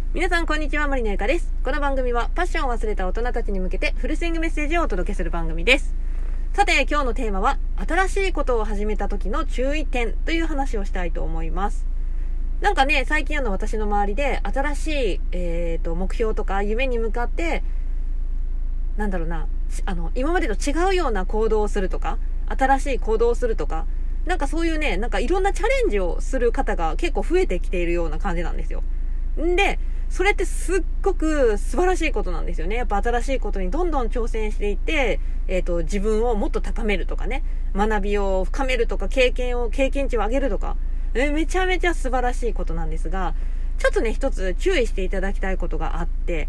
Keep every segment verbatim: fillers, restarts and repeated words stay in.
皆さんこんにちは、森のゆかです。この番組はパッションを忘れた大人たちに向けてフルスイングメッセージをお届けする番組です。さて今日のテーマは新しいことを始めた時の注意点という話をしたいと思います。なんかね、最近あの私の周りで新しい、えー、と目標とか夢に向かってなんだろうなあの今までと違うような行動をするとか新しい行動をするとかなんかそういうねなんかいろんなチャレンジをする方が結構増えてきているような感じなんですよ。んでそれってすっごく素晴らしいことなんですよね。やっぱ新しいことにどんどん挑戦していって、えーと、自分をもっと高めるとかね、学びを深めるとか、経験を、経験値を上げるとか、えー、めちゃめちゃ素晴らしいことなんですが、ちょっとね、一つ注意していただきたいことがあって、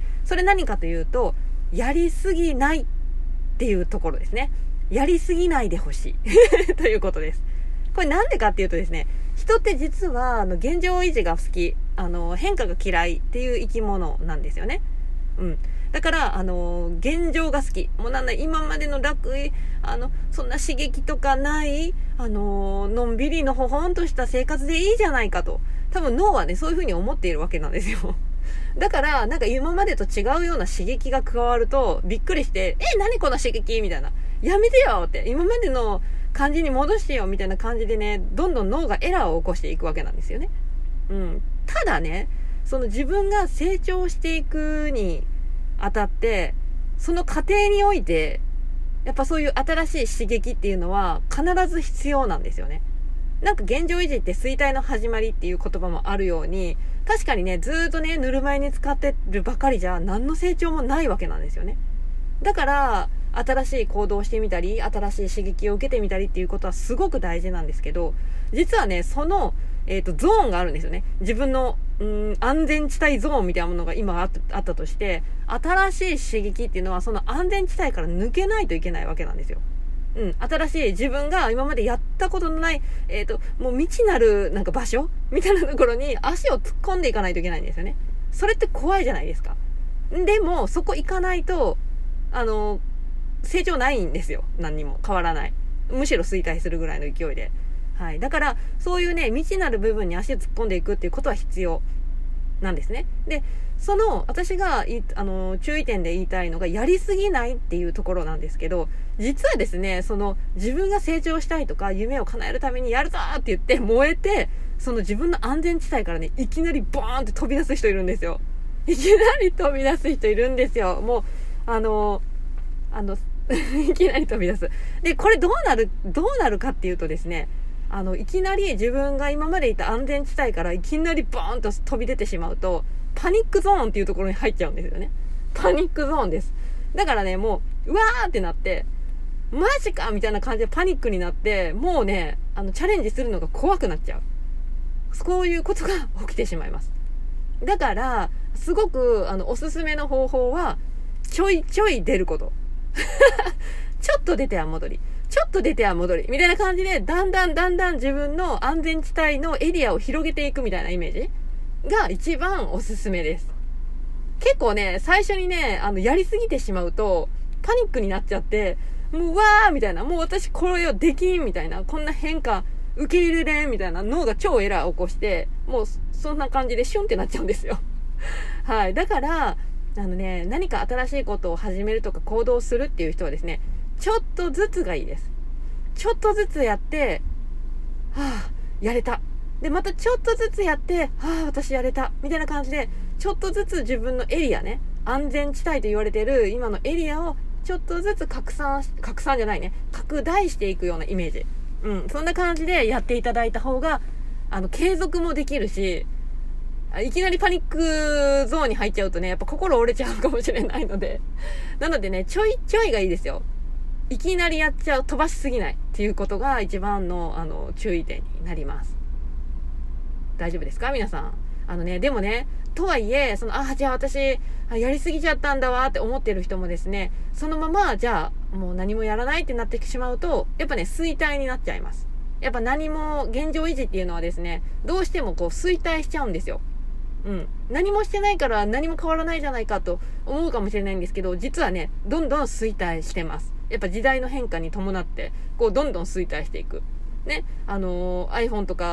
それ何かというと、やりすぎないっていうところですね。やりすぎないでほしいということです。これなんでかっていうとですね、人って実はあの現状維持が好き、あの変化が嫌いっていう生き物なんですよね。うん。だからあの現状が好き。もうなんだ今までの楽いあのそんな刺激とかないあののんびりのほほんとした生活でいいじゃないかと。多分脳はねそういう風に思っているわけなんですよ。だからなんか今までと違うような刺激が加わるとびっくりして、え何この刺激みたいな、やめてよって今までの感じに戻してよみたいな感じでね、どんどん脳がエラーを起こしていくわけなんですよね。うん。ただね、その自分が成長していくにあたって、その過程において、やっぱそういう新しい刺激っていうのは必ず必要なんですよね。なんか現状維持って衰退の始まりっていう言葉もあるように、確かにね、ずーっとね、ぬるま湯に使ってるばかりじゃ何の成長もないわけなんですよね。だから、新しい行動をしてみたり、新しい刺激を受けてみたりっていうことはすごく大事なんですけど、実はね、その、えっと、ゾーンがあるんですよね。自分の、うーん、安全地帯ゾーンみたいなものが今あった、あったとして、新しい刺激っていうのはその安全地帯から抜けないといけないわけなんですよ。うん、新しい自分が今までやったことのない、えっと、もう未知なるなんか場所みたいなところに足を突っ込んでいかないといけないんですよね。それって怖いじゃないですか。でも、そこ行かないと、あの、成長ないんですよ。何にも変わらない。むしろ衰退するぐらいの勢いで。はい。だから、そういうね、未知なる部分に足を突っ込んでいくっていうことは必要なんですね。で、その、私が、あの、注意点で言いたいのが、やりすぎないっていうところなんですけど、実はですね、その、自分が成長したいとか、夢を叶えるためにやるぞーって言って、燃えて、その自分の安全地帯からね、いきなりボーンって飛び出す人いるんですよ。いきなり飛び出す人いるんですよ。もう、あの、あの、いきなり飛び出す。で、これどうなる、どうなるかっていうとですね、あの、いきなり自分が今までいた安全地帯からいきなりボーンと飛び出てしまうと、パニックゾーンっていうところに入っちゃうんですよね。パニックゾーンです。だからね、もう、うわーってなって、マジかみたいな感じでパニックになって、もうね、あの、チャレンジするのが怖くなっちゃう。そういうことが起きてしまいます。だから、すごく、あの、おすすめの方法は、ちょいちょい出ること。ちょっと出ては戻り。ちょっと出ては戻り。みたいな感じで、だんだんだんだん自分の安全地帯のエリアを広げていくみたいなイメージが一番おすすめです。結構ね、最初にね、あの、やりすぎてしまうと、パニックになっちゃって、もう、うわーみたいな、もう私これをできんみたいな、こんな変化受け入れれんみたいな脳が超エラーを起こして、もうそんな感じでシュンってなっちゃうんですよ。はい。だから、あのね、何か新しいことを始めるとか行動するっていう人はですね、ちょっとずつがいいです。ちょっとずつやって、はぁ、やれた。で、またちょっとずつやって、はぁ、私やれた。みたいな感じで、ちょっとずつ自分のエリアね、安全地帯と言われている今のエリアをちょっとずつ拡散、拡散じゃないね、拡大していくようなイメージ。うん、そんな感じでやっていただいた方が、あの、継続もできるし、いきなりパニックゾーンに入っちゃうとね、やっぱ心折れちゃうかもしれないので。なのでね、ちょいちょいがいいですよ。いきなりやっちゃう、飛ばしすぎないっていうことが一番の、あの、注意点になります。大丈夫ですか皆さん。あのね、でもね、とはいえ、その、あ、じゃあ私、やりすぎちゃったんだわって思ってる人もですね、そのまま、じゃあ、もう何もやらないってなってしまうと、やっぱね、衰退になっちゃいます。やっぱ何も、現状維持っていうのはですね、どうしてもこう、衰退しちゃうんですよ。うん。何もしてないから何も変わらないじゃないかと思うかもしれないんですけど、実はね、どんどん衰退してます。やっぱ時代の変化に伴って、こう、どんどん衰退していく。ね。あのー、iPhone とか、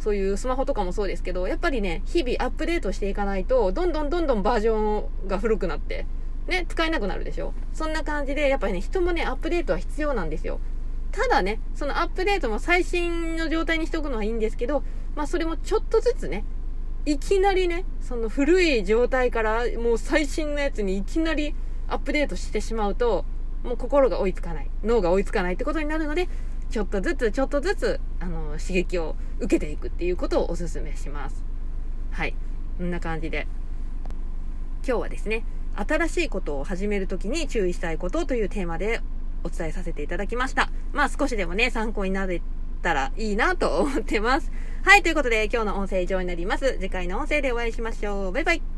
そういうスマホとかもそうですけど、やっぱりね、日々アップデートしていかないと、どんどんどんどんバージョンが古くなって、ね、使えなくなるでしょ。そんな感じで、やっぱりね、人もね、アップデートは必要なんですよ。ただね、そのアップデートも最新の状態にしておくのはいいんですけど、まあそれもちょっとずつね、いきなりね、その古い状態からもう最新のやつにいきなりアップデートしてしまうと、もう心が追いつかない、脳が追いつかないってことになるので、ちょっとずつちょっとずつあの刺激を受けていくっていうことをお勧めします。はい、こんな感じで今日はですね、新しいことを始めるときに注意したいことというテーマでお伝えさせていただきました。まあ少しでもね、参考になれたらいいなと思ってます。はい、ということで今日の音声以上になります。次回の音声でお会いしましょう。バイバイ。